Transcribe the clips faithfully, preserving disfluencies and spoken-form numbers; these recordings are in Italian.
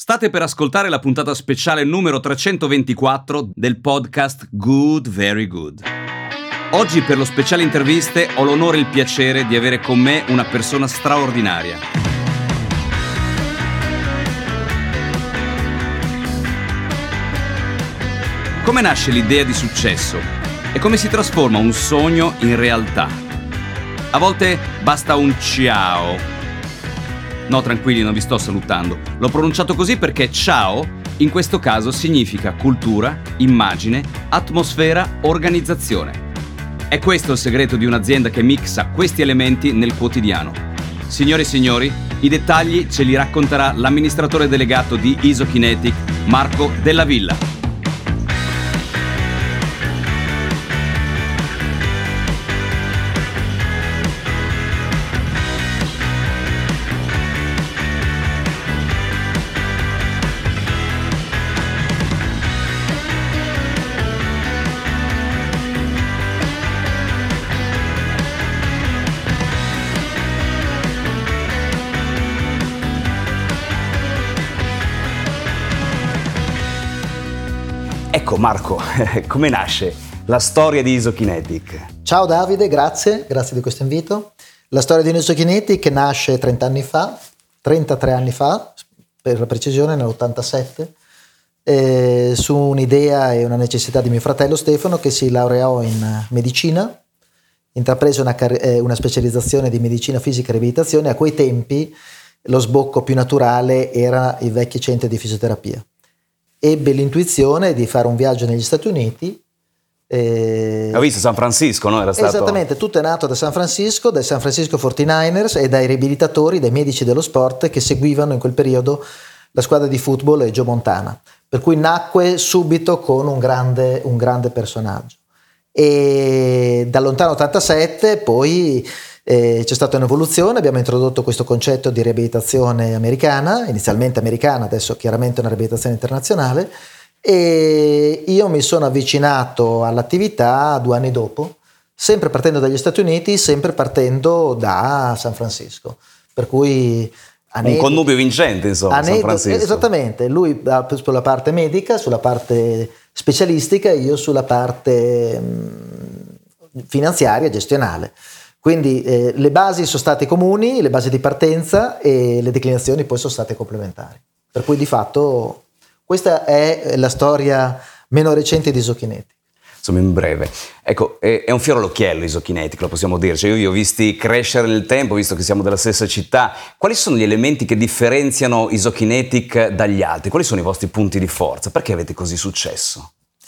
State per ascoltare la puntata speciale numero trecentoventiquattro del podcast Good Very Good. Oggi per lo speciale interviste ho l'onore e il piacere di avere con me una persona straordinaria. Come nasce l'idea di successo e come si trasforma un sogno in realtà? A volte basta un ciao. No, tranquilli, non vi sto salutando. L'ho pronunciato così perché ciao in questo caso significa cultura, immagine, atmosfera, organizzazione. È questo il segreto di un'azienda che mixa questi elementi nel quotidiano. Signore e signori, i dettagli ce li racconterà l'amministratore delegato di Isokinetic, Marco Della Villa. Ecco Marco, come nasce la storia di Isokinetic? Ciao Davide, grazie, grazie di questo invito. La storia di Isokinetic nasce trenta anni fa, trentatré anni fa, per la precisione nell'ottantasette, eh, su un'idea e una necessità di mio fratello Stefano, che si laureò in medicina, intraprese una, car- una specializzazione di medicina fisica e riabilitazione. A quei tempi lo sbocco più naturale era i vecchi centri di fisioterapia. Ebbe l'intuizione di fare un viaggio negli Stati Uniti. Eh, Ho visto San Francisco, no? Era stato... Esattamente, tutto è nato da San Francisco, dai San Francisco quarantanovers e dai riabilitatori, dai medici dello sport che seguivano in quel periodo la squadra di football e Joe Montana. Per cui nacque subito con un grande, un grande personaggio. E dal lontano ottantasette poi eh, c'è stata un'evoluzione, abbiamo introdotto questo concetto di riabilitazione americana, inizialmente americana, adesso chiaramente una riabilitazione internazionale, e io mi sono avvicinato all'attività due anni dopo, sempre partendo dagli Stati Uniti, sempre partendo da San Francisco, per cui un connubio vincente, insomma, San Francisco. Esattamente, lui sulla parte medica, sulla parte specialistica e io sulla parte mh, finanziaria, gestionale. Quindi eh, le basi sono state comuni, le basi di partenza, e le declinazioni poi sono state complementari. Per cui di fatto questa è la storia meno recente di Isokinetic. Insomma, in breve. Ecco, è, è un fiore all'occhiello Isokinetic, lo possiamo dire. Cioè, io vi ho visti crescere nel tempo, visto che siamo della stessa città. Quali sono gli elementi che differenziano Isokinetic dagli altri? Quali sono i vostri punti di forza? Perché avete così successo?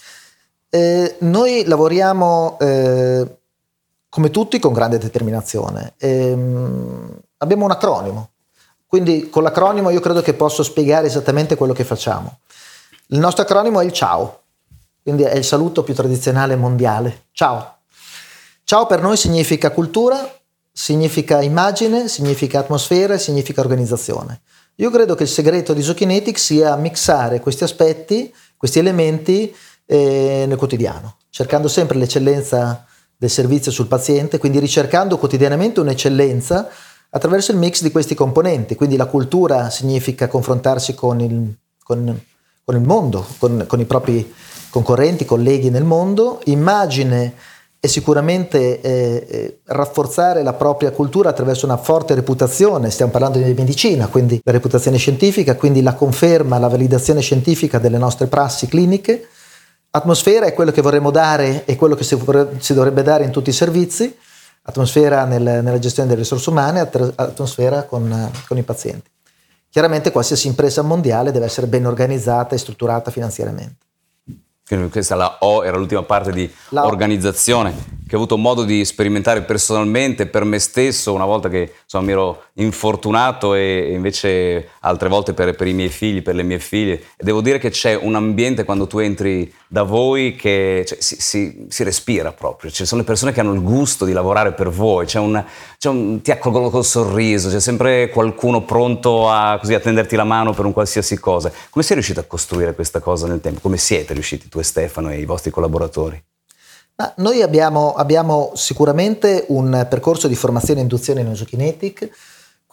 Eh, noi lavoriamo... Eh, come tutti con grande determinazione. Ehm, abbiamo un acronimo, quindi con l'acronimo io credo che posso spiegare esattamente quello che facciamo. Il nostro acronimo è il ciao, quindi è il saluto più tradizionale mondiale. Ciao. Ciao per noi significa cultura, significa immagine, significa atmosfera e significa organizzazione. Io credo che il segreto di Isokinetic sia mixare questi aspetti, questi elementi eh, nel quotidiano, cercando sempre l'eccellenza del servizio sul paziente, quindi ricercando quotidianamente un'eccellenza attraverso il mix di questi componenti. Quindi la cultura significa confrontarsi con il, con, con il mondo, con, con i propri concorrenti, colleghi nel mondo. Immagine è sicuramente eh, eh, rafforzare la propria cultura attraverso una forte reputazione. Stiamo parlando di medicina, quindi la reputazione scientifica, quindi la conferma, la validazione scientifica delle nostre prassi cliniche. Atmosfera è quello che vorremmo dare e quello che si, si dovrebbe dare in tutti i servizi, atmosfera nel, nella gestione delle risorse umane, atmosfera con, con i pazienti. Chiaramente qualsiasi impresa mondiale deve essere ben organizzata e strutturata finanziariamente. Quindi questa la O era l'ultima parte di la organizzazione che ho avuto modo di sperimentare personalmente per me stesso una volta che insomma mi ero infortunato e invece altre volte per, per i miei figli, per le mie figlie, e devo dire che c'è un ambiente quando tu entri da voi che cioè, si, si, si respira proprio, ci sono le persone che hanno il gusto di lavorare per voi, c'è un, c'è un, ti accolgono col sorriso, c'è sempre qualcuno pronto a, così, a tenderti la mano per un qualsiasi cosa. Come sei riuscito a costruire questa cosa nel tempo? Come siete riusciti tu e Stefano e i vostri collaboratori? Ma noi abbiamo, abbiamo sicuramente un percorso di formazione e induzione in Isokinetic,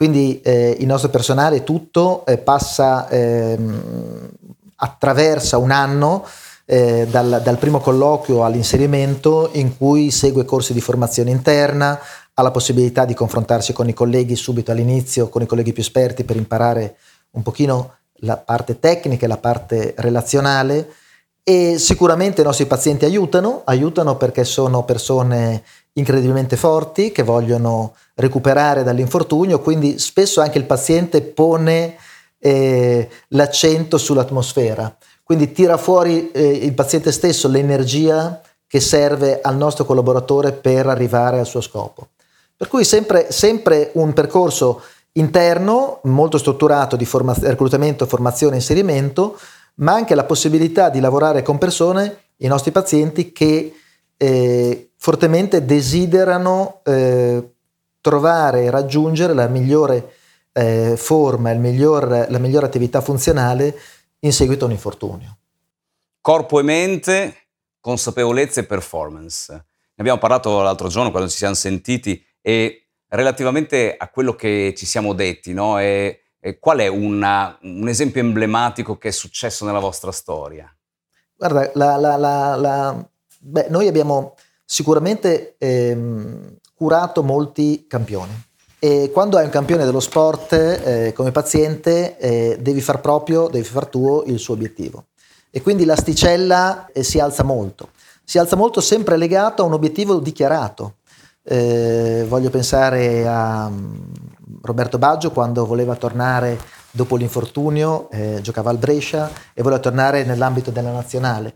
Quindi eh, il nostro personale tutto eh, passa, ehm, attraversa un anno eh, dal, dal primo colloquio all'inserimento, in cui segue corsi di formazione interna, ha la possibilità di confrontarsi con i colleghi subito all'inizio, con i colleghi più esperti, per imparare un pochino la parte tecnica e la parte relazionale. E sicuramente i nostri pazienti aiutano, aiutano perché sono persone incredibilmente forti che vogliono recuperare dall'infortunio, quindi spesso anche il paziente pone eh, l'accento sull'atmosfera, quindi tira fuori eh, il paziente stesso l'energia che serve al nostro collaboratore per arrivare al suo scopo. Per cui sempre, sempre un percorso interno molto strutturato di forma- reclutamento, formazione e inserimento, ma anche la possibilità di lavorare con persone, i nostri pazienti, che eh, fortemente desiderano eh, trovare e raggiungere la migliore eh, forma, il miglior, la migliore attività funzionale in seguito a un infortunio. Corpo e mente, consapevolezza e performance. Ne abbiamo parlato l'altro giorno quando ci siamo sentiti, e relativamente a quello che ci siamo detti, no? E, e qual è una, un esempio emblematico che è successo nella vostra storia? Guarda, la, la, la, la, beh, noi abbiamo sicuramente ehm, curato molti campioni, e quando hai un campione dello sport eh, come paziente eh, devi far proprio, devi far tuo il suo obiettivo, e quindi l'asticella eh, si alza molto, si alza molto sempre legato a un obiettivo dichiarato. Eh, voglio pensare a um, Roberto Baggio, quando voleva tornare dopo l'infortunio, eh, giocava al Brescia e voleva tornare nell'ambito della nazionale.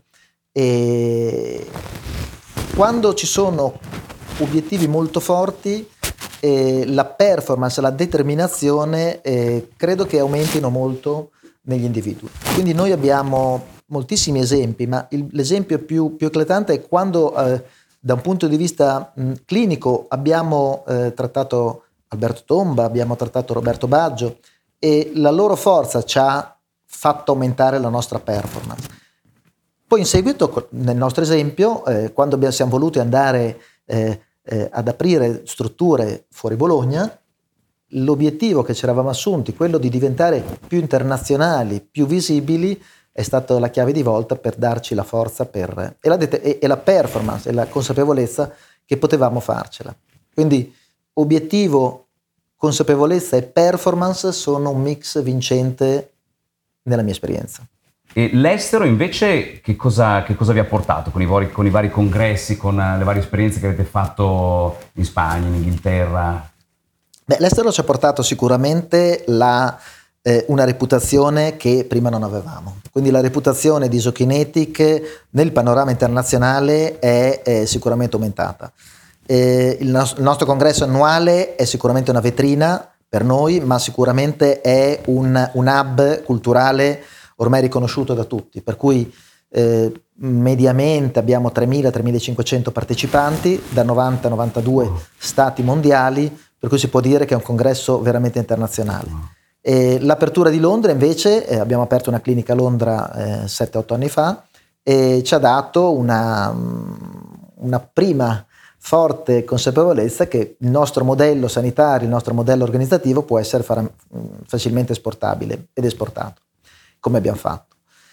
E quando ci sono obiettivi molto forti, eh, la performance, la determinazione eh, credo che aumentino molto negli individui. Quindi noi abbiamo moltissimi esempi, ma il, l'esempio più, più eclatante è quando eh, da un punto di vista mh, clinico abbiamo eh, trattato Alberto Tomba, abbiamo trattato Roberto Baggio, e la loro forza ci ha fatto aumentare la nostra performance. Poi in seguito, nel nostro esempio, eh, quando abbiamo, siamo voluti andare eh, eh, ad aprire strutture fuori Bologna, l'obiettivo che ci eravamo assunti, quello di diventare più internazionali, più visibili, è stata la chiave di volta per darci la forza per, e, la det- e, e la performance e la consapevolezza che potevamo farcela. Quindi obiettivo, consapevolezza e performance sono un mix vincente nella mia esperienza. E l'estero invece che cosa, che cosa vi ha portato con i, vari, con i vari congressi, con le varie esperienze che avete fatto in Spagna, in Inghilterra? Beh, l'estero ci ha portato sicuramente la, eh, una reputazione che prima non avevamo. Quindi la reputazione di Isokinetic nel panorama internazionale è, è sicuramente aumentata. Eh, il, nos- il nostro congresso annuale è sicuramente una vetrina per noi, ma sicuramente è un, un hub culturale ormai riconosciuto da tutti, per cui eh, mediamente abbiamo tremila tremilacinquecento partecipanti da novanta novantadue stati mondiali, per cui si può dire che è un congresso veramente internazionale. E l'apertura di Londra invece, eh, abbiamo aperto una clinica a Londra eh, sette otto anni fa, e ci ha dato una, una prima forte consapevolezza che il nostro modello sanitario, il nostro modello organizzativo può essere far, facilmente esportabile ed esportato, come abbiamo fatto.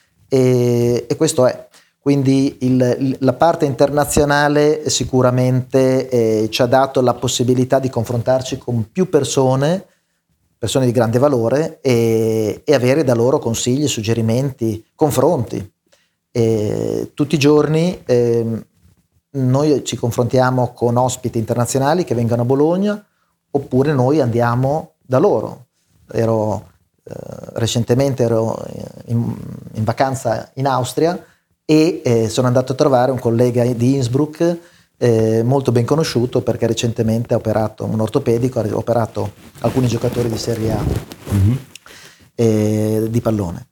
E, e questo è. Quindi il, la parte internazionale sicuramente eh, ci ha dato la possibilità di confrontarci con più persone, persone di grande valore, e, e avere da loro consigli, suggerimenti, confronti. E tutti i giorni eh, noi ci confrontiamo con ospiti internazionali che vengono a Bologna, oppure noi andiamo da loro. Ero, eh, recentemente ero in, in vacanza in Austria, e eh, sono andato a trovare un collega di Innsbruck eh, molto ben conosciuto, perché recentemente ha operato, un ortopedico, ha operato alcuni giocatori di Serie A mm-hmm. eh, di pallone.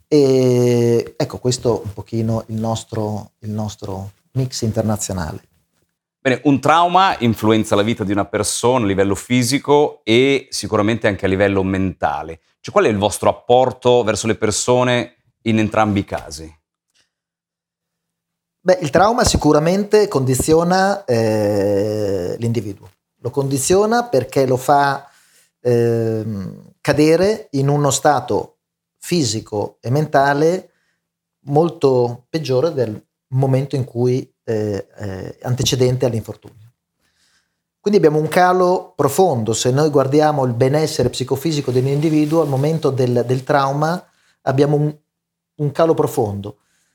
E ecco, questo un pochino il nostro, il nostro mix internazionale. Bene, un trauma influenza la vita di una persona a livello fisico e sicuramente anche a livello mentale. Cioè, qual è il vostro apporto verso le persone in entrambi i casi? Beh, il trauma sicuramente condiziona eh, l'individuo. Lo condiziona perché lo fa ehm, cadere in uno stato fisico e mentale molto peggiore del momento in cui eh, eh, antecedente all'infortunio. Quindi abbiamo un calo profondo. Se noi guardiamo il benessere psicofisico dell'individuo, al momento del, del trauma abbiamo un, un calo profondo.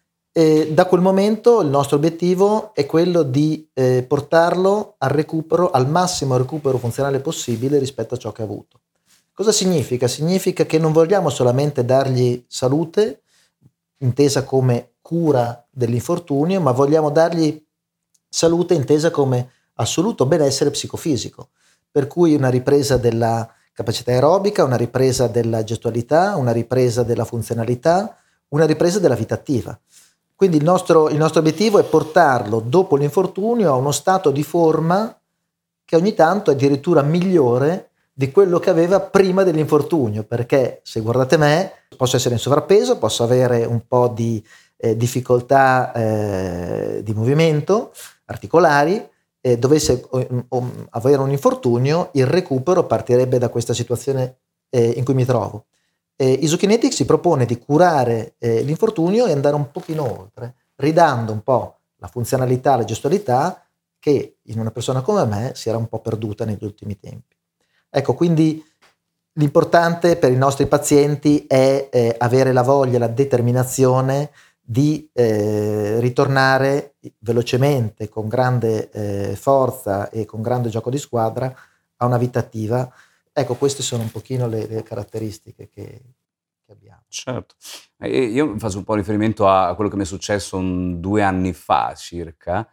E da quel momento il nostro obiettivo è quello di eh, portarlo al recupero, al massimo recupero funzionale possibile rispetto a ciò che ha avuto. Cosa significa? Significa che non vogliamo solamente dargli salute, intesa come cura dell'infortunio, ma vogliamo dargli salute intesa come assoluto benessere psicofisico, per cui una ripresa della capacità aerobica, una ripresa della gestualità, una ripresa della funzionalità, una ripresa della vita attiva. Quindi il nostro, il nostro obiettivo è portarlo dopo l'infortunio a uno stato di forma che ogni tanto è addirittura migliore di quello che aveva prima dell'infortunio, perché se guardate me posso essere in sovrappeso, posso avere un po' di eh, difficoltà eh, di movimento articolari, eh, dovesse o, o, avere un infortunio, il recupero partirebbe da questa situazione eh, in cui mi trovo. Eh, Isokinetics si propone di curare eh, l'infortunio e andare un pochino oltre, ridando un po' la funzionalità, la gestualità che in una persona come me si era un po' perduta negli ultimi tempi. Ecco, quindi l'importante per i nostri pazienti è eh, avere la voglia, la determinazione di eh, ritornare velocemente, con grande eh, forza e con grande gioco di squadra a una vita attiva. Ecco, queste sono un pochino le, le caratteristiche che, che abbiamo. Certo. E io faccio un po' riferimento a quello che mi è successo un, due anni fa circa,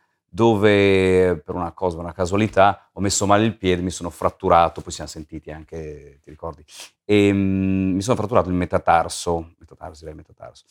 dove per una cosa, una casualità, ho messo male il piede, mi sono fratturato, poi siamo sentiti anche, ti ricordi? E, um, mi sono fratturato il metatarso, metatarso, direi metatarso.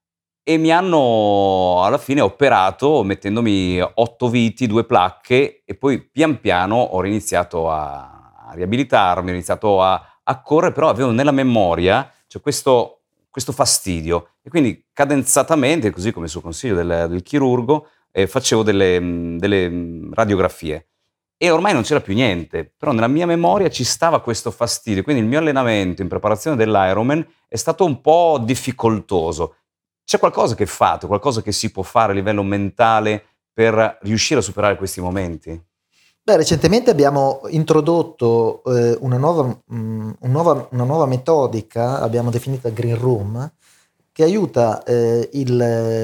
E mi hanno alla fine operato mettendomi otto viti, due placche e poi pian piano ho riniziato a, a riabilitarmi, ho iniziato a, a correre, però avevo nella memoria cioè questo, questo fastidio e quindi cadenzatamente, così come sul consiglio del, del chirurgo, eh, facevo delle, delle radiografie e ormai non c'era più niente, però nella mia memoria ci stava questo fastidio, quindi il mio allenamento in preparazione dell'Ironman è stato un po' difficoltoso. C'è qualcosa che fate, qualcosa che si può fare a livello mentale per riuscire a superare questi momenti? Beh, recentemente abbiamo introdotto eh, una, nuova, mh, un nuova, una nuova metodica, abbiamo definita Green Room, che aiuta eh, il,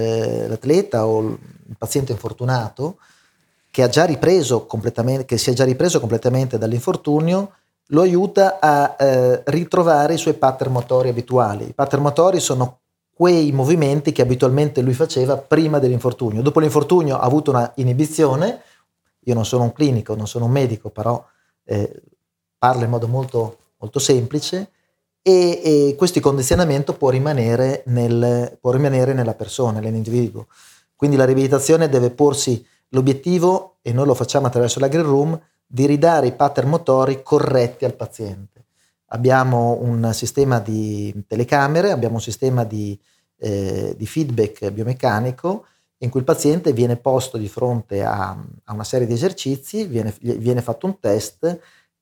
l'atleta o il paziente infortunato che ha già ripreso completamente, che si è già ripreso completamente dall'infortunio, lo aiuta a eh, ritrovare i suoi pattern motori abituali. I pattern motori sono quei movimenti che abitualmente lui faceva prima dell'infortunio. Dopo l'infortunio ha avuto una inibizione. Io non sono un clinico, non sono un medico, però eh, parlo in modo molto, molto semplice e, e questo condizionamento può rimanere, nel, può rimanere nella persona, nell'individuo. Quindi la riabilitazione deve porsi l'obiettivo, e noi lo facciamo attraverso la Green Room, di ridare i pattern motori corretti al paziente. Abbiamo un sistema di telecamere, abbiamo un sistema di, eh, di feedback biomeccanico in cui il paziente viene posto di fronte a, a una serie di esercizi, viene, viene fatto un test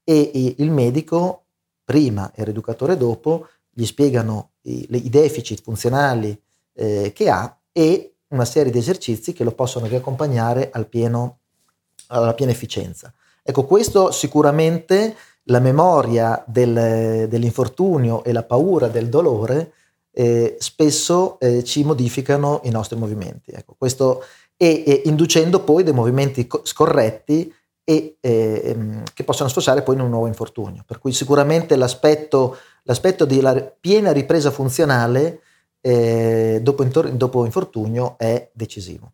e il medico prima e il rieducatore dopo gli spiegano i, i deficit funzionali eh, che ha e una serie di esercizi che lo possono riaccompagnare al pieno, alla piena efficienza. Ecco, questo sicuramente la memoria del, dell'infortunio e la paura del dolore eh, spesso eh, ci modificano i nostri movimenti. Ecco, questo e, e inducendo poi dei movimenti co- scorretti e eh, che possono sfociare poi in un nuovo infortunio. Per cui sicuramente l'aspetto, l'aspetto della piena ripresa funzionale eh, dopo, intor- dopo infortunio è decisivo.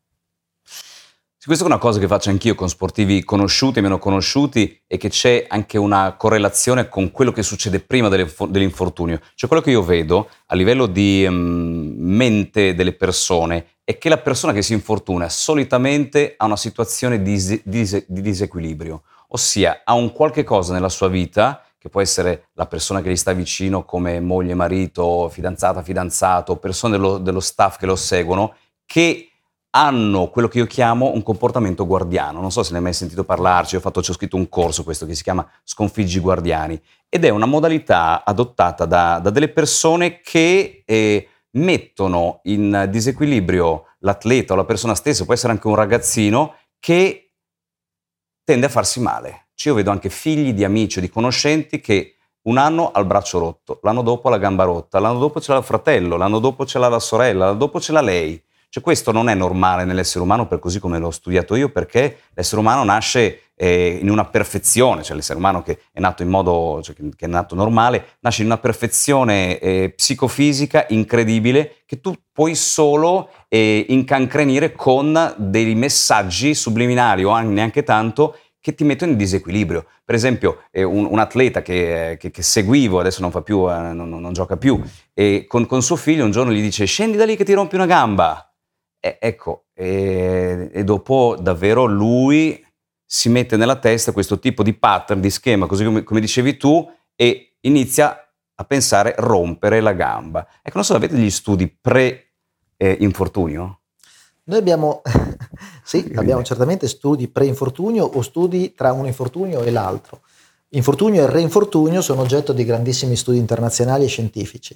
Sì, questa è una cosa che faccio anch'io con sportivi conosciuti e meno conosciuti e che c'è anche una correlazione con quello che succede prima dell'infortunio. Cioè quello che io vedo a livello di um, mente delle persone è che la persona che si infortuna solitamente ha una situazione di, dis- di disequilibrio, ossia ha un qualche cosa nella sua vita, che può essere la persona che gli sta vicino come moglie, marito, fidanzata, fidanzato, persone dello, dello staff che lo seguono, che hanno quello che io chiamo un comportamento guardiano. Non so se ne hai mai sentito parlarci, ho fatto, ci ho scritto un corso questo che si chiama Sconfiggi i guardiani, ed è una modalità adottata da, da delle persone che eh, mettono in disequilibrio l'atleta o la persona stessa, può essere anche un ragazzino, che tende a farsi male. Cioè, io vedo anche figli di amici o di conoscenti che un anno ha il braccio rotto, l'anno dopo ha la gamba rotta, l'anno dopo ce l'ha il fratello, l'anno dopo ce l'ha la sorella, l'anno dopo ce l'ha lei. Cioè, questo non è normale nell'essere umano, per così come l'ho studiato io, perché l'essere umano nasce eh, in una perfezione, cioè l'essere umano che è nato in modo, cioè che, che è nato normale, nasce in una perfezione eh, psicofisica incredibile, che tu puoi solo eh, incancrenire con dei messaggi subliminali o neanche tanto, che ti mettono in disequilibrio. Per esempio, eh, un, un atleta che, che, che seguivo, adesso non fa più, eh, non, non gioca più, e con, con suo figlio un giorno gli dice: scendi da lì che ti rompi una gamba. E, ecco, e, e dopo davvero lui si mette nella testa questo tipo di pattern, di schema, così come, come dicevi tu, e inizia a pensare rompere la gamba. Ecco, non so, avete degli studi pre-infortunio? Noi abbiamo, sì, abbiamo certamente studi pre-infortunio o studi tra un infortunio e l'altro. Infortunio e reinfortunio sono oggetto di grandissimi studi internazionali e scientifici,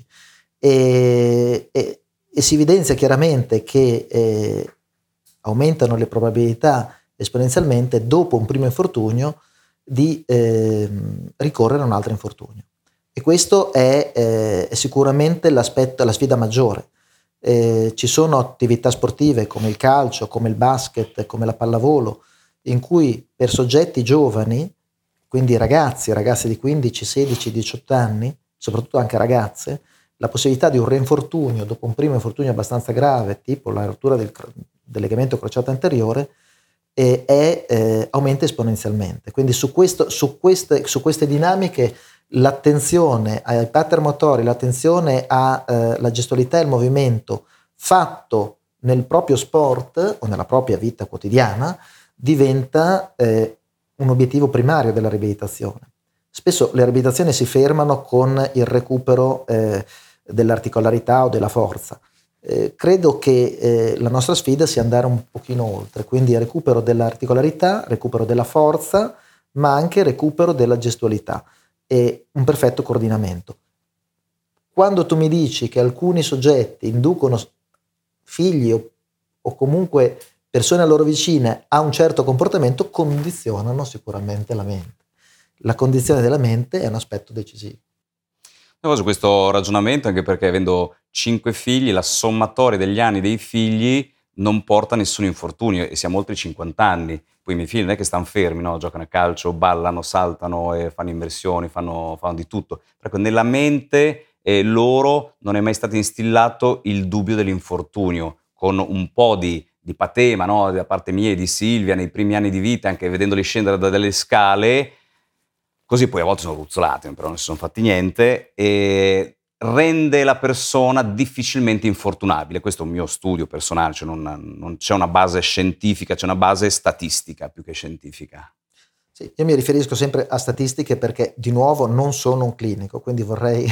e, e, e si evidenzia chiaramente che eh, aumentano le probabilità esponenzialmente dopo un primo infortunio di eh, ricorrere a un altro infortunio. E questo è, eh, è sicuramente l'aspetto, la sfida maggiore. Eh, ci sono attività sportive come il calcio, come il basket, come la pallavolo, in cui per soggetti giovani, quindi ragazzi, ragazze di quindici, sedici, diciotto anni, soprattutto anche ragazze, la possibilità di un reinfortunio dopo un primo infortunio abbastanza grave, tipo la rottura del, del legamento crociato anteriore, eh, è, eh, aumenta esponenzialmente. Quindi su, questo, su, queste, su queste dinamiche l'attenzione ai pattern motori, l'attenzione alla eh, gestualità e al movimento fatto nel proprio sport o nella propria vita quotidiana diventa eh, un obiettivo primario della riabilitazione. Spesso le riabilitazioni si fermano con il recupero eh, dell'articolarità o della forza. Eh, credo che eh, la nostra sfida sia andare un pochino oltre, quindi recupero dell'articolarità, recupero della forza, ma anche recupero della gestualità e un perfetto coordinamento. Quando tu mi dici che alcuni soggetti inducono figli o, o comunque persone a loro vicine a un certo comportamento, condizionano sicuramente la mente. La condizione della mente è un aspetto decisivo. Io faccio questo ragionamento anche perché, avendo cinque figli, la sommatoria degli anni dei figli non porta a nessun infortunio, e siamo oltre i cinquanta anni. Poi i miei figli non è che stanno fermi, no? Giocano a calcio, ballano, saltano, e fanno immersioni, fanno, fanno di tutto. Ecco, nella mente eh, loro non è mai stato instillato il dubbio dell'infortunio, con un po' di, di patema, no? Da parte mia e di Silvia nei primi anni di vita, anche vedendoli scendere da delle scale. Così poi a volte sono ruzzolati, però non si sono fatti niente, e rende la persona difficilmente infortunabile. Questo è un mio studio personale, cioè non, non c'è una base scientifica, c'è una base statistica più che scientifica. Sì, io mi riferisco sempre a statistiche perché, di nuovo, non sono un clinico, quindi vorrei,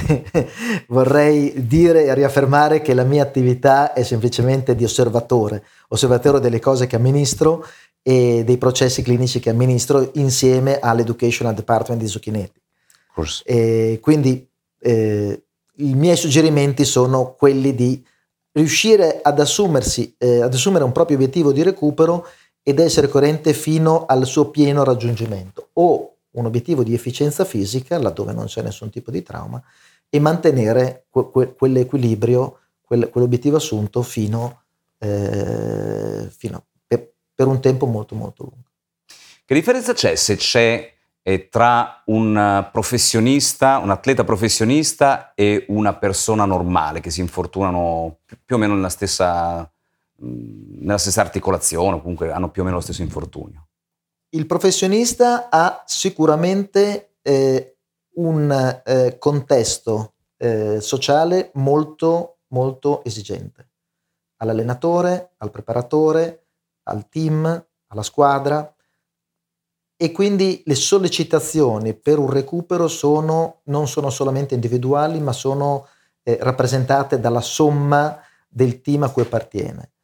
vorrei dire e riaffermare che la mia attività è semplicemente di osservatore, osservatore delle cose che amministro e dei processi clinici che amministro insieme all'Educational Department di Zucchinetti. E quindi eh, i miei suggerimenti sono quelli di riuscire ad assumersi, eh, ad assumere un proprio obiettivo di recupero ed essere coerente fino al suo pieno raggiungimento, o un obiettivo di efficienza fisica laddove non c'è nessun tipo di trauma, e mantenere que- que- quell'equilibrio, quel- quell'obiettivo assunto fino, eh, fino a per un tempo molto molto lungo. Che differenza c'è se c'è eh, tra un professionista, un atleta professionista e una persona normale che si infortunano più, più o meno nella stessa, mh, nella stessa articolazione, o comunque hanno più o meno lo stesso infortunio? Il professionista ha sicuramente eh, un eh, contesto eh, sociale molto molto esigente. All'allenatore, al preparatore, al team, alla squadra, e quindi le sollecitazioni per un recupero sono, non sono solamente individuali, ma sono eh, rappresentate dalla somma del team a cui appartiene.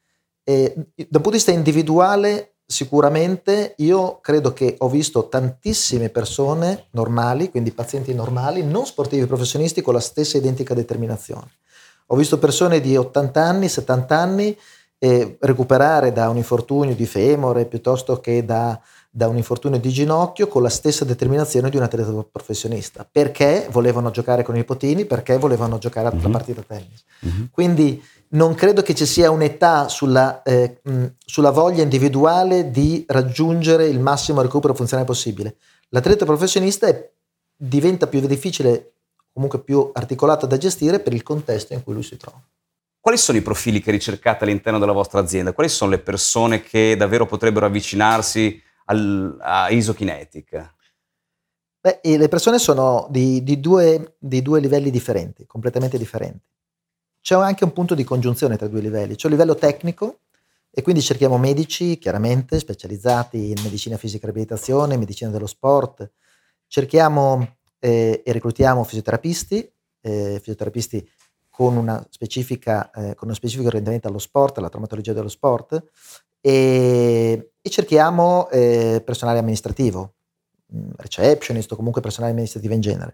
E, dal punto di vista individuale, sicuramente io credo che ho visto tantissime persone normali, quindi pazienti normali, non sportivi professionisti, con la stessa identica determinazione. Ho visto persone di ottanta anni, settanta anni eh, recuperare da un infortunio di femore piuttosto che da, da un infortunio di ginocchio con la stessa determinazione di un atleta professionista, perché volevano giocare con i nipotini, perché volevano giocare a mm-hmm. partita a tennis. Mm-hmm. Quindi non credo che ci sia un'età sulla, eh, mh, sulla voglia individuale di raggiungere il massimo recupero funzionale possibile. L'atleta professionista è, diventa più difficile, comunque più articolato da gestire per il contesto in cui lui si trova. Quali sono i profili che ricercate all'interno della vostra azienda? Quali sono le persone che davvero potrebbero avvicinarsi al, a Isokinetic? Beh, le persone sono di, di, due, di due livelli differenti, completamente differenti. C'è anche un punto di congiunzione tra i due livelli. C'è un livello tecnico e quindi cerchiamo medici, chiaramente, specializzati in medicina fisica e riabilitazione, medicina dello sport. Cerchiamo eh, e reclutiamo fisioterapisti, eh, fisioterapisti con una specifica, eh, con uno specifico orientamento allo sport, alla traumatologia dello sport, e, e cerchiamo eh, personale amministrativo, receptionist o comunque personale amministrativo in genere.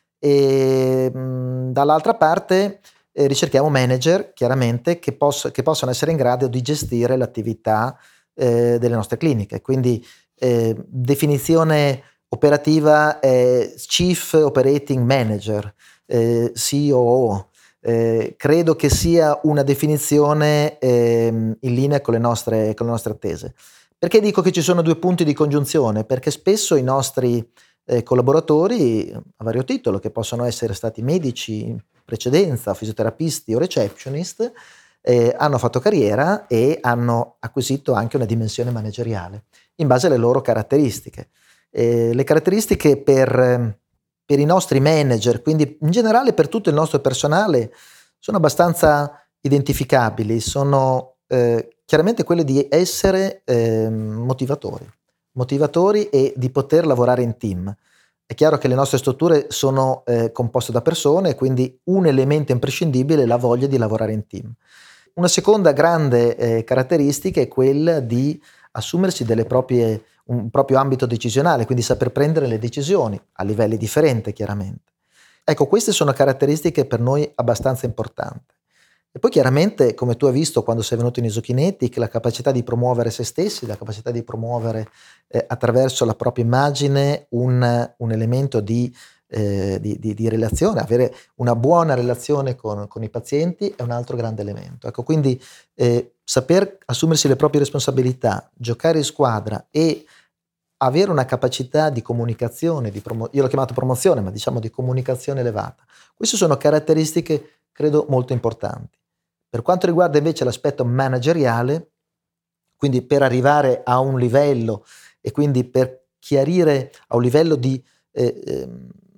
E mh, dall'altra parte eh, ricerchiamo manager, chiaramente, che, poss- che possano essere in grado di gestire l'attività eh, delle nostre cliniche. Quindi eh, definizione operativa è Chief Operating Manager, eh, C O O. Eh, credo che sia una definizione eh, in linea con le nostre, con le nostre attese. Perché dico che ci sono due punti di congiunzione? Perché spesso i nostri eh, collaboratori, a vario titolo, che possono essere stati medici in precedenza, fisioterapisti o receptionist, eh, hanno fatto carriera e hanno acquisito anche una dimensione manageriale in base alle loro caratteristiche. Eh, le caratteristiche per, per i nostri manager, quindi in generale per tutto il nostro personale, sono abbastanza identificabili, sono eh, chiaramente quelle di essere eh, motivatori, motivatori e di poter lavorare in team. È chiaro che le nostre strutture sono eh, composte da persone, quindi un elemento imprescindibile è la voglia di lavorare in team. Una seconda grande eh, caratteristica è quella di assumersi delle proprie, un proprio ambito decisionale, quindi saper prendere le decisioni a livelli differenti, chiaramente. Ecco, queste sono caratteristiche per noi abbastanza importanti. E poi chiaramente, come tu hai visto quando sei venuto in Isokinetic, la capacità di promuovere se stessi, la capacità di promuovere eh, attraverso la propria immagine un, un elemento di, eh, di, di, di relazione, avere una buona relazione con, con i pazienti è un altro grande elemento. Ecco, quindi eh, saper assumersi le proprie responsabilità, giocare in squadra e avere una capacità di comunicazione, di promo- io l'ho chiamato promozione, ma diciamo di comunicazione elevata. Queste sono caratteristiche, credo, molto importanti. Per quanto riguarda invece l'aspetto manageriale, quindi per arrivare a un livello e quindi per chiarire a un livello di eh, eh,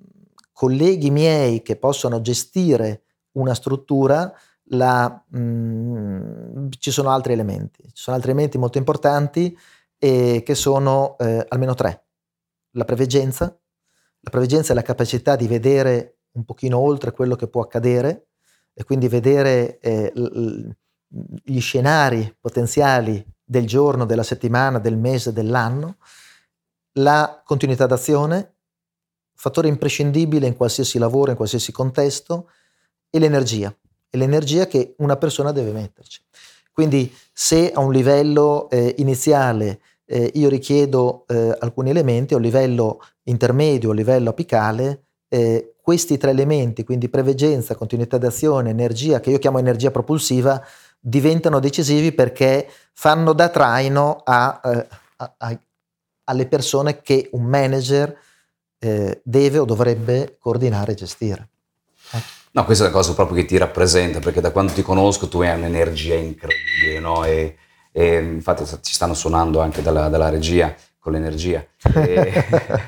colleghi miei che possono gestire una struttura, la, mh, ci sono altri elementi. Ci sono altri elementi molto importanti e che sono eh, almeno tre. La preveggenza. La preveggenza è la capacità di vedere un pochino oltre quello che può accadere e quindi vedere eh, l- gli scenari potenziali del giorno, della settimana, del mese, dell'anno. La continuità d'azione, fattore imprescindibile in qualsiasi lavoro, in qualsiasi contesto, e l'energia. E l'energia che una persona deve metterci. Quindi se a un livello eh, iniziale eh, io richiedo eh, alcuni elementi, a un livello intermedio, a un livello apicale, eh, questi tre elementi, quindi preveggenza, continuità d'azione, energia, che io chiamo energia propulsiva, diventano decisivi perché fanno da traino a, eh, a, a, alle persone che un manager eh, deve o dovrebbe coordinare e gestire. Eh. No, questa è la cosa proprio che ti rappresenta, perché da quando ti conosco tu hai un'energia incredibile, no? E, e infatti ci stanno suonando anche dalla, dalla regia con l'energia. E,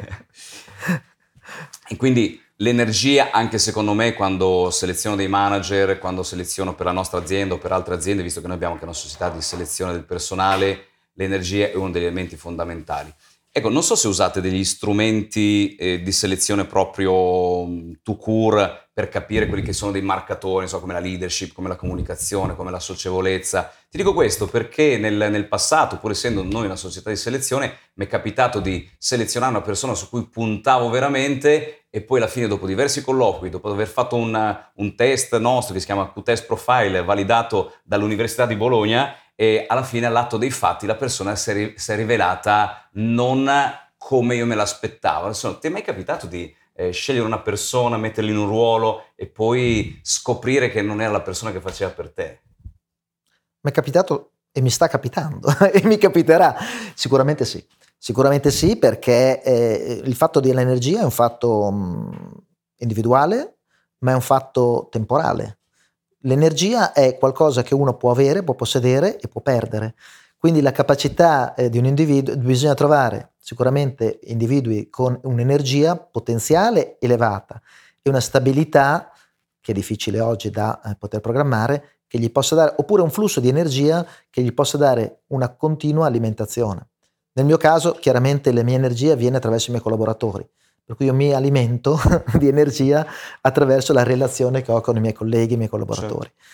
e quindi l'energia, anche secondo me, quando seleziono dei manager, quando seleziono per la nostra azienda o per altre aziende, visto che noi abbiamo anche una società di selezione del personale, l'energia è uno degli elementi fondamentali. Ecco, non so se usate degli strumenti eh, di selezione proprio mh, tout court per capire quelli che sono dei marcatori, non so, come la leadership, come la comunicazione, come la socievolezza. Ti dico questo perché nel, nel passato, pur essendo noi una società di selezione, mi è capitato di selezionare una persona su cui puntavo veramente e poi alla fine, dopo diversi colloqui, dopo aver fatto un, un test nostro che si chiama Q-Test Profile, validato dall'Università di Bologna, e alla fine, all'atto dei fatti, la persona si è, ri- si è rivelata non come io me l'aspettavo. Adesso, ti è mai capitato di eh, scegliere una persona, metterla in un ruolo e poi scoprire che non era la persona che faceva per te? Mi è capitato e mi sta capitando e mi capiterà. Sicuramente sì, sicuramente sì, perché eh, il fatto dell'energia è un fatto mh, individuale, ma è un fatto temporale. L'energia è qualcosa che uno può avere, può possedere e può perdere. Quindi la capacità eh, di un individuo, bisogna trovare sicuramente individui con un'energia potenziale elevata e una stabilità che è difficile oggi da eh, poter programmare, che gli possa dare, oppure un flusso di energia che gli possa dare una continua alimentazione. Nel mio caso, chiaramente la mia energia viene attraverso i miei collaboratori, per cui io mi alimento di energia attraverso la relazione che ho con i miei colleghi, i miei collaboratori. Certo.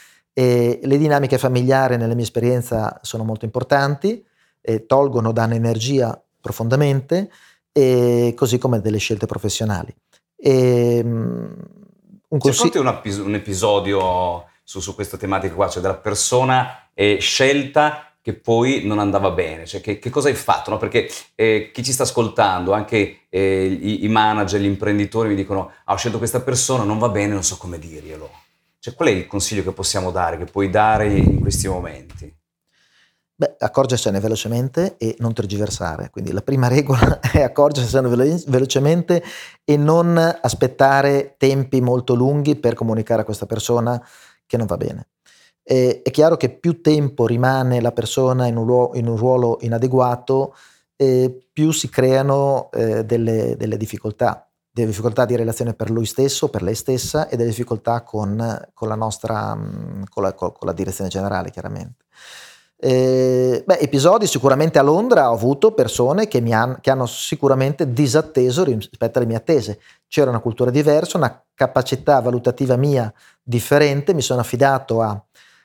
E le dinamiche familiari, nella mia esperienza, sono molto importanti, e tolgono, danno energia profondamente, e così come delle scelte professionali. E, um, un Ci consiglio. racconti un, epis- un episodio su, su questa tematica qua, cioè della persona eh, scelta che poi non andava bene, cioè che, che cosa hai fatto? No? Perché eh, chi ci sta ascoltando, anche eh, i, i manager, gli imprenditori mi dicono ah, ho scelto questa persona, non va bene, non so come dirglielo. Cioè qual è il consiglio che possiamo dare, che puoi dare in questi momenti? Beh, accorgersene velocemente e non tergiversare. Quindi la prima regola è accorgersene velo- velocemente e non aspettare tempi molto lunghi per comunicare a questa persona che non va bene. E, è chiaro che più tempo rimane la persona in un, ruolo, in un ruolo inadeguato, eh, più si creano eh, delle, delle difficoltà, delle difficoltà di relazione per lui stesso, per lei stessa e delle difficoltà con, con la nostra, mh, con la, con la direzione generale, chiaramente. Eh, beh, episodi sicuramente a Londra ho avuto persone che, mi han, che hanno sicuramente disatteso rispetto alle mie attese. C'era una cultura diversa, una capacità valutativa mia differente, mi sono affidato a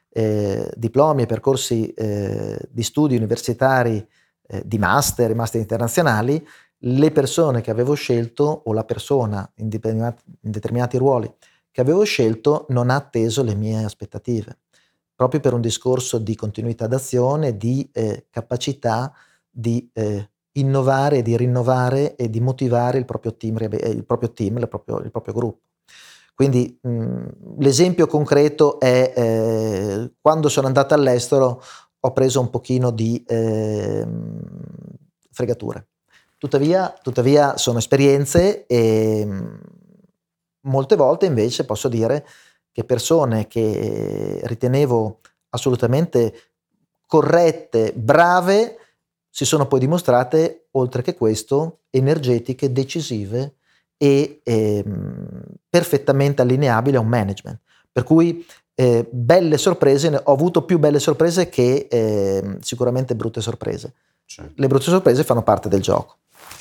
eh, diplomi e percorsi eh, di studi universitari eh, di master, master internazionali. Le persone che avevo scelto o la persona in determinati, in determinati ruoli che avevo scelto non ha atteso le mie aspettative, proprio per un discorso di continuità d'azione, di eh, capacità di eh, innovare, di rinnovare e di motivare il proprio team, il proprio, team, il proprio, il proprio gruppo. Quindi mh, l'esempio concreto è eh, quando sono andato all'estero ho preso un pochino di eh, fregature. Tuttavia, tuttavia sono esperienze e mh, molte volte invece posso dire che persone che ritenevo assolutamente corrette, brave, si sono poi dimostrate, oltre che questo, energetiche, decisive e ehm, perfettamente allineabili a un management. Per cui eh, belle sorprese, ho avuto più belle sorprese che eh, sicuramente brutte sorprese. Certo. Le brutte sorprese fanno parte del gioco.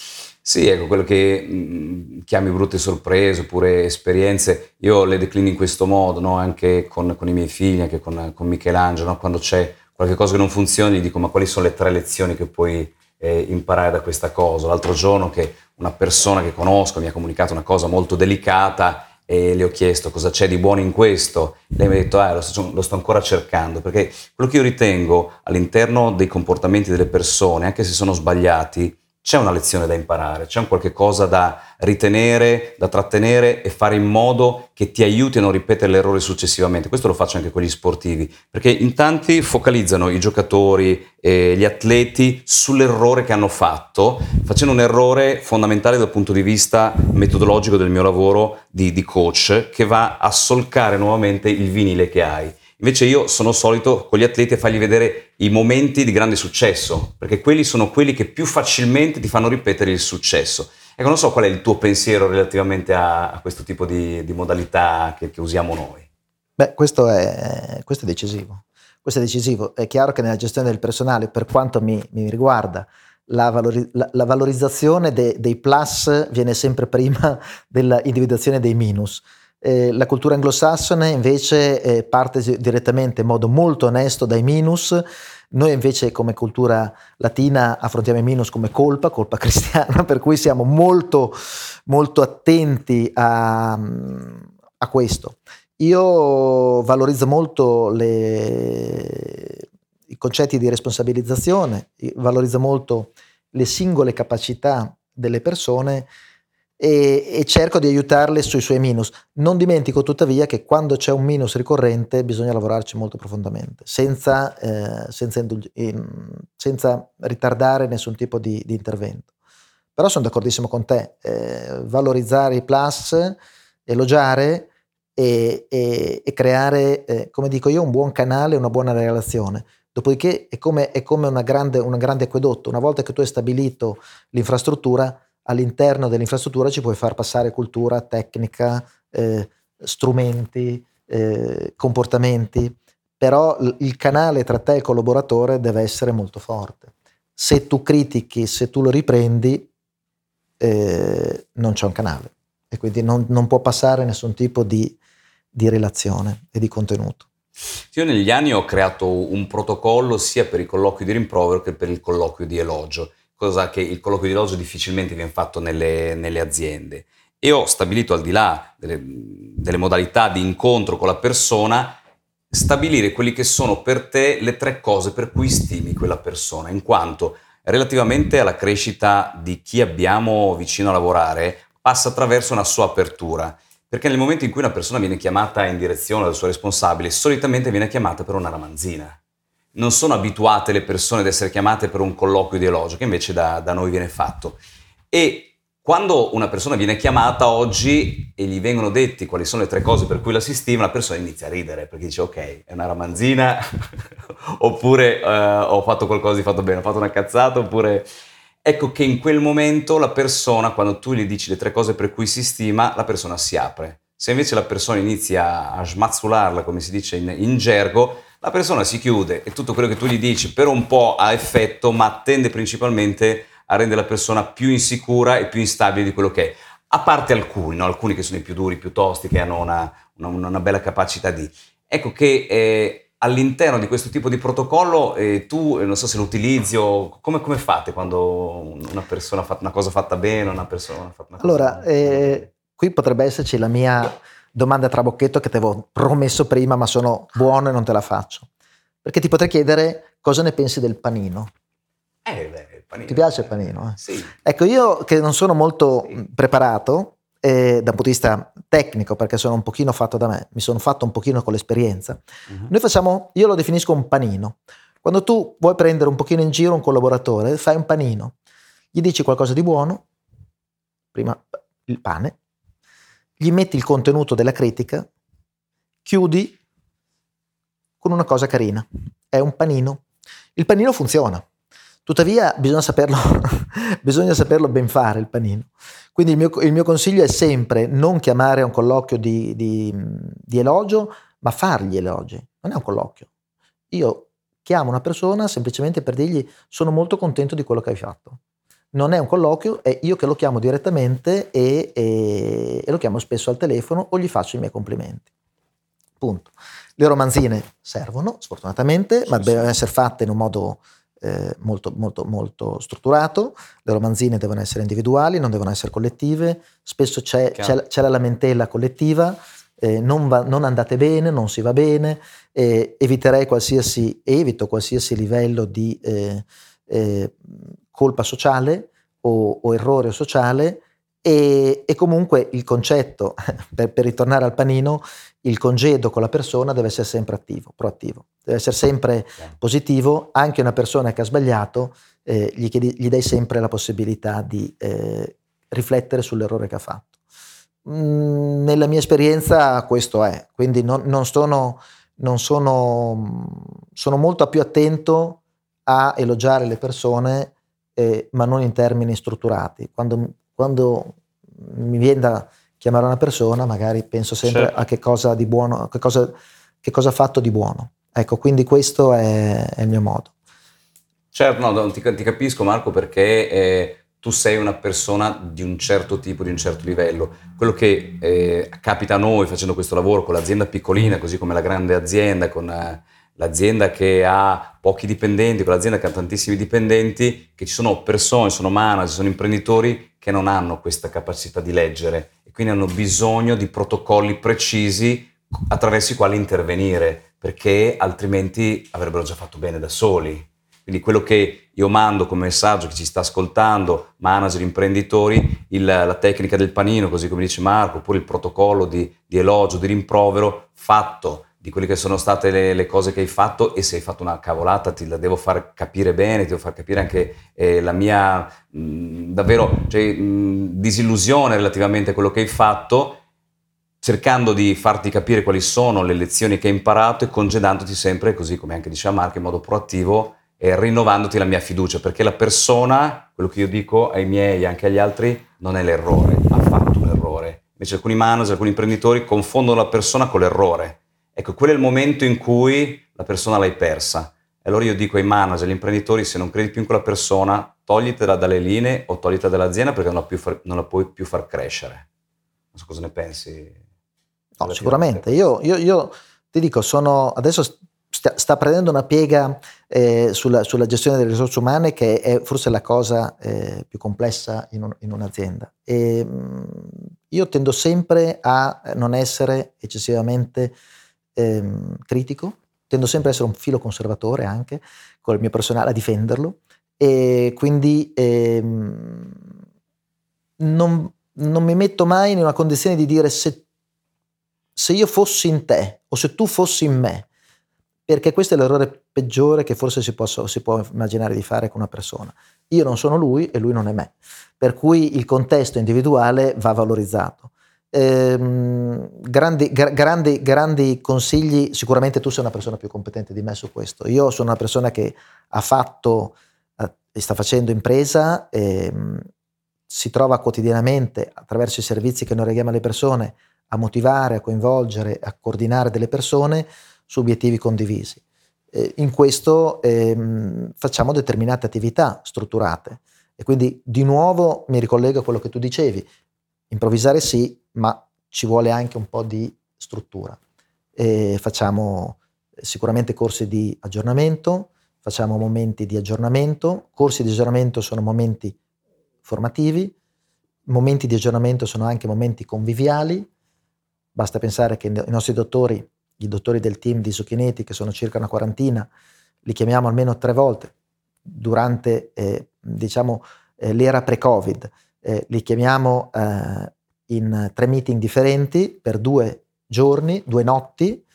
Sì, ecco, quello che mh, chiami brutte sorprese oppure esperienze, io le declino in questo modo, no? Anche con, con i miei figli, anche con, con Michelangelo, no? Quando c'è qualche cosa che non funziona, gli dico ma quali sono le tre lezioni che puoi eh, imparare da questa cosa? L'altro giorno che una persona che conosco mi ha comunicato una cosa molto delicata e le ho chiesto cosa c'è di buono in questo, lei mi ha detto ah, lo, sto, lo sto ancora cercando, perché quello che io ritengo all'interno dei comportamenti delle persone, anche se sono sbagliati, c'è una lezione da imparare, c'è un qualche cosa da ritenere, da trattenere e fare in modo che ti aiuti a non ripetere l'errore successivamente. Questo lo faccio anche con gli sportivi, perché in tanti focalizzano i giocatori e gli atleti sull'errore che hanno fatto, facendo un errore fondamentale dal punto di vista metodologico del mio lavoro di, di coach, che va a solcare nuovamente il vinile che hai. Invece io sono solito con gli atleti a fargli vedere i momenti di grande successo, perché quelli sono quelli che più facilmente ti fanno ripetere il successo. Ecco, non so qual è il tuo pensiero relativamente a, a questo tipo di, di modalità che, che usiamo noi. Beh, questo è, questo è decisivo. Questo è decisivo. È chiaro che nella gestione del personale, per quanto mi, mi riguarda, la, valori- la, la valorizzazione de- dei plus viene sempre prima dell'individuazione dei minus. Eh, la cultura anglosassone invece eh, parte direttamente in modo molto onesto dai minus. Noi invece come cultura latina affrontiamo i minus come colpa, colpa cristiana, per cui siamo molto, molto attenti a, a questo. Io valorizzo molto le, i concetti di responsabilizzazione, valorizzo molto le singole capacità delle persone e, e cerco di aiutarle sui suoi minus. Non dimentico tuttavia che quando c'è un minus ricorrente bisogna lavorarci molto profondamente, senza, eh, senza, indulg- in, senza ritardare nessun tipo di, di intervento. Però sono d'accordissimo con te, eh, valorizzare i plus, elogiare e, e, e creare, eh, come dico io, un buon canale, una buona relazione. Dopodiché è come, è come una grande, un grande acquedotto. Una volta che tu hai stabilito l'infrastruttura, all'interno dell'infrastruttura ci puoi far passare cultura, tecnica, eh, strumenti, eh, comportamenti, però l- il canale tra te e il collaboratore deve essere molto forte. Se tu critichi, se tu lo riprendi, eh, non c'è un canale e quindi non, non può passare nessun tipo di, di relazione e di contenuto. Io negli anni ho creato un protocollo sia per il colloquio di rimprovero che per il colloquio di elogio, cosa che il colloquio di elogio difficilmente viene fatto nelle, nelle aziende. E ho stabilito, al di là delle, delle modalità di incontro con la persona, stabilire quelli che sono per te le tre cose per cui stimi quella persona, in quanto relativamente alla crescita di chi abbiamo vicino a lavorare passa attraverso una sua apertura. Perché nel momento in cui una persona viene chiamata in direzione dal suo responsabile, solitamente viene chiamata per una ramanzina. Non sono abituate le persone ad essere chiamate per un colloquio di elogio, che invece da, da noi viene fatto. E quando una persona viene chiamata oggi e gli vengono detti quali sono le tre cose per cui la si stima, la persona inizia a ridere, perché dice ok, è una ramanzina, oppure uh, ho fatto qualcosa di fatto bene, ho fatto una cazzata, oppure... Ecco che in quel momento la persona, quando tu gli dici le tre cose per cui si stima, la persona si apre. Se invece la persona inizia a smazzularla, come si dice in, in gergo, la persona si chiude e tutto quello che tu gli dici per un po' ha effetto, ma tende principalmente a rendere la persona più insicura e più instabile di quello che è. A parte alcuni, no? Alcuni che sono i più duri, più tosti, che hanno una, una, una bella capacità di... Ecco che... Eh, all'interno di questo tipo di protocollo eh, tu eh, non so se lo utilizzi o come, come fate quando una persona ha fatto una cosa fatta bene, una persona ha fatto una cosa allora eh, qui potrebbe esserci la mia domanda trabocchetto che ti avevo promesso prima ma sono buono e non te la faccio, perché ti potrei chiedere cosa ne pensi del panino. Eh, beh, il panino ti piace il panino? Eh? Sì. Ecco, io che non sono molto sì. preparato eh, da un punto di vista tecnico, perché sono un pochino fatto da me, mi sono fatto un pochino con l'esperienza. Uh-huh. Noi facciamo, io lo definisco un panino. Quando tu vuoi prendere un pochino in giro un collaboratore, fai un panino, gli dici qualcosa di buono, prima il pane, gli metti il contenuto della critica, chiudi con una cosa carina. È un panino. Il panino funziona. Tuttavia bisogna saperlo, bisogna saperlo ben fare il panino. Quindi il mio, il mio consiglio è sempre non chiamare a un colloquio di, di, di elogio, ma fargli elogi. Non è un colloquio. Io chiamo una persona semplicemente per dirgli sono molto contento di quello che hai fatto. Non è un colloquio, è io che lo chiamo direttamente e, e, e lo chiamo spesso al telefono o gli faccio i miei complimenti. Punto. Le romanzine servono, sfortunatamente, ma devono essere fatte in un modo eh, molto, molto, molto strutturato. Le romanzine devono essere individuali, non devono essere collettive. Spesso c'è, c'è, c'è la lamentela collettiva, eh, non, va, non andate bene, non si va bene. Eh, eviterei qualsiasi, evito qualsiasi livello di eh, eh, colpa sociale o, o errore sociale. E, e comunque il concetto, per, per ritornare al panino, il congedo con la persona deve essere sempre attivo, proattivo, deve essere sempre yeah. positivo. Anche una persona che ha sbagliato eh, gli, chiedi, gli dai sempre la possibilità di eh, riflettere sull'errore che ha fatto. Mm, nella mia esperienza questo è, quindi non, non sono, non sono, sono molto più attento a elogiare le persone, eh, ma non in termini strutturati. Quando Quando mi viene da chiamare una persona, magari penso sempre certo. a che cosa di buono, a che cosa, che cosa ha fatto di buono. Ecco, quindi questo è, è il mio modo. Certo, no, no, ti, ti capisco Marco, perché eh, tu sei una persona di un certo tipo, di un certo livello. Quello che eh, capita a noi facendo questo lavoro con l'azienda piccolina, così come la grande azienda, con eh, l'azienda che ha pochi dipendenti, con l'azienda che ha tantissimi dipendenti, che ci sono persone, sono manager, sono imprenditori che non hanno questa capacità di leggere e quindi hanno bisogno di protocolli precisi attraverso i quali intervenire, perché altrimenti avrebbero già fatto bene da soli. Quindi quello che io mando come messaggio, chi ci sta ascoltando, manager, imprenditori, il, la tecnica del panino, così come dice Marco, oppure il protocollo di, di elogio, di rimprovero, fatto di quelle che sono state le, le cose che hai fatto, e se hai fatto una cavolata ti la devo far capire bene, ti devo far capire anche eh, la mia mh, davvero cioè, mh, disillusione relativamente a quello che hai fatto, cercando di farti capire quali sono le lezioni che hai imparato e congedandoti sempre, così come anche diceva Marco, in modo proattivo, e rinnovandoti la mia fiducia, perché la persona, quello che io dico ai miei e anche agli altri, non è l'errore, ha fatto un errore. Invece alcuni manager, alcuni imprenditori confondono la persona con l'errore. Ecco, quello è il momento in cui la persona l'hai persa. E allora io dico ai manager, agli imprenditori, se non credi più in quella persona, toglitela dalle linee o toglitela dall'azienda, perché non la, più far, non la puoi più far crescere. Non so cosa ne pensi. No, sicuramente. Io, io, io ti dico, sono adesso sta, sta prendendo una piega eh, sulla, sulla gestione delle risorse umane, che è forse la cosa eh, più complessa in, un, in un'azienda. E, mh, io tendo sempre a non essere eccessivamente ehm, critico, tendo sempre a essere un filo conservatore anche con il mio personale, a difenderlo, e quindi ehm, non, non mi metto mai in una condizione di dire se se io fossi in te o se tu fossi in me, perché questo è l'errore peggiore che forse si, posso, si può immaginare di fare con una persona. Io non sono lui e lui non è me, per cui il contesto individuale va valorizzato. Ehm, grandi, gra, grandi, grandi consigli, sicuramente tu sei una persona più competente di me su questo. Io sono una persona che ha fatto e eh, sta facendo impresa, ehm, si trova quotidianamente attraverso i servizi che noi reghiamo alle persone a motivare, a coinvolgere, a coordinare delle persone su obiettivi condivisi. Eh, in questo ehm, facciamo determinate attività strutturate e quindi di nuovo mi ricollego a quello che tu dicevi, improvvisare sì, ma ci vuole anche un po' di struttura. E facciamo sicuramente corsi di aggiornamento, facciamo momenti di aggiornamento, corsi di aggiornamento sono momenti formativi, momenti di aggiornamento sono anche momenti conviviali. Basta pensare che i nostri dottori, i dottori del team di Zucchinetti, che sono circa una quarantina, li chiamiamo almeno tre volte durante eh, diciamo, eh, l'era pre-Covid. Eh, li chiamiamo eh, in tre meeting differenti per due giorni, due notti,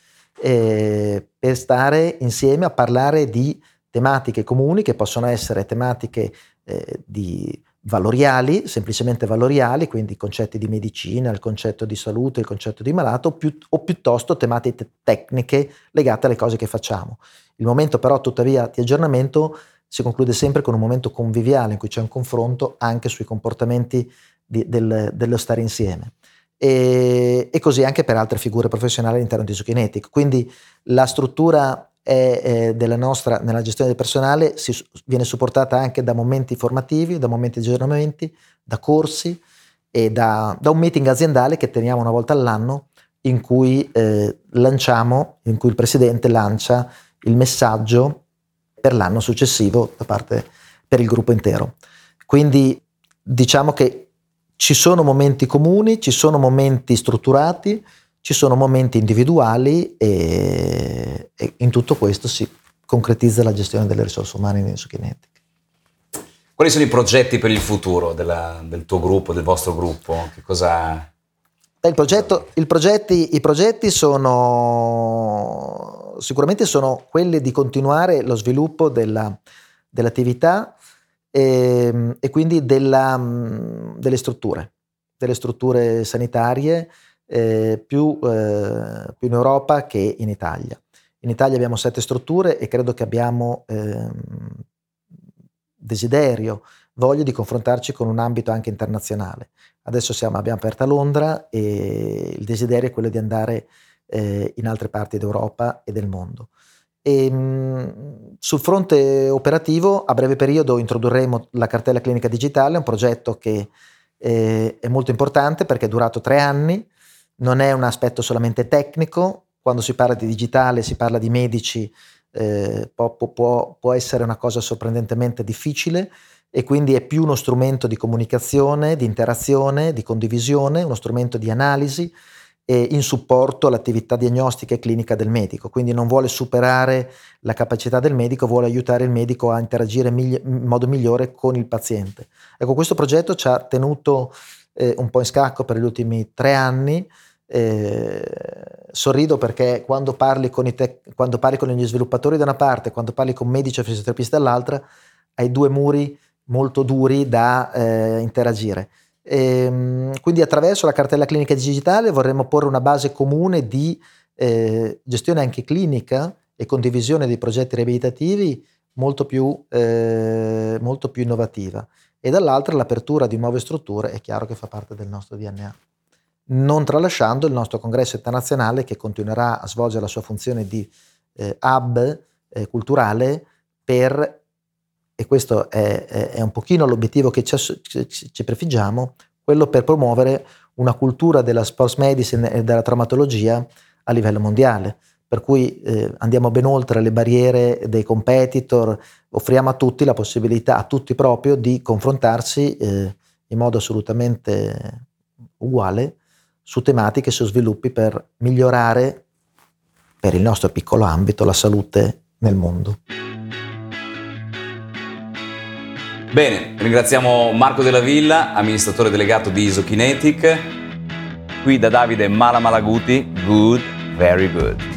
eh, per stare insieme a parlare di tematiche comuni, che possono essere tematiche eh, di valoriali, semplicemente valoriali, quindi concetti di medicina, il concetto di salute, il concetto di malato, più, o piuttosto tematiche tecniche legate alle cose che facciamo. Il momento però tuttavia di aggiornamento si conclude sempre con un momento conviviale in cui c'è un confronto anche sui comportamenti di, del, dello stare insieme. E, e così anche per altre figure professionali all'interno di Zucchinetic. Quindi la struttura è, è della nostra, nella gestione del personale si, viene supportata anche da momenti formativi, da momenti di aggiornamenti, da corsi e da, da un meeting aziendale che teniamo una volta all'anno in cui eh, lanciamo, in cui il presidente lancia il messaggio per l'anno successivo da parte per il gruppo intero. Quindi diciamo che ci sono momenti comuni, ci sono momenti strutturati, ci sono momenti individuali e, e in tutto questo si concretizza la gestione delle risorse umane in Zucchinetic. Quali sono i progetti per il futuro della, del tuo gruppo, del vostro gruppo? Che cosa... Il progetto, il progetti, I progetti sono sicuramente sono quelli di continuare lo sviluppo della, dell'attività e, e quindi della, delle strutture, delle strutture sanitarie eh, più, eh, più in Europa che in Italia. In Italia abbiamo sette strutture e credo che abbiamo eh, desiderio, voglia di confrontarci con un ambito anche internazionale. Adesso siamo, abbiamo aperto a Londra e il desiderio è quello di andare eh, in altre parti d'Europa e del mondo. E, mh, sul fronte operativo, a breve periodo introdurremo la cartella clinica digitale, un progetto che eh, è molto importante perché è durato tre anni, non è un aspetto solamente tecnico. Quando si parla di digitale si parla di medici, eh, può, può, può essere una cosa sorprendentemente difficile, e quindi è più uno strumento di comunicazione, di interazione, di condivisione, uno strumento di analisi e in supporto all'attività diagnostica e clinica del medico. Quindi non vuole superare la capacità del medico, vuole aiutare il medico a interagire migli- in modo migliore con il paziente. Ecco, questo progetto ci ha tenuto eh, un po' in scacco per gli ultimi tre anni. Eh, sorrido perché quando parli con i tec- quando parli con gli sviluppatori da una parte, quando parli con medici e fisioterapisti dall'altra, hai due muri molto duri da eh, interagire. E, quindi attraverso la cartella clinica digitale vorremmo porre una base comune di eh, gestione anche clinica e condivisione dei progetti riabilitativi molto più, eh, molto più innovativa, e dall'altra l'apertura di nuove strutture è chiaro che fa parte del nostro D N A, non tralasciando il nostro congresso internazionale che continuerà a svolgere la sua funzione di eh, hub eh, culturale per, e questo è, è, è un pochino l'obiettivo che ci, ci, ci prefiggiamo, quello per promuovere una cultura della sports medicine e della traumatologia a livello mondiale, per cui eh, andiamo ben oltre le barriere dei competitor, offriamo a tutti la possibilità, a tutti proprio, di confrontarsi eh, in modo assolutamente uguale su tematiche, su sviluppi per migliorare, per il nostro piccolo ambito, la salute nel mondo. Bene, ringraziamo Marco Della Villa, amministratore delegato di Isokinetic. Qui da Davide Malamalaguti, good, very good.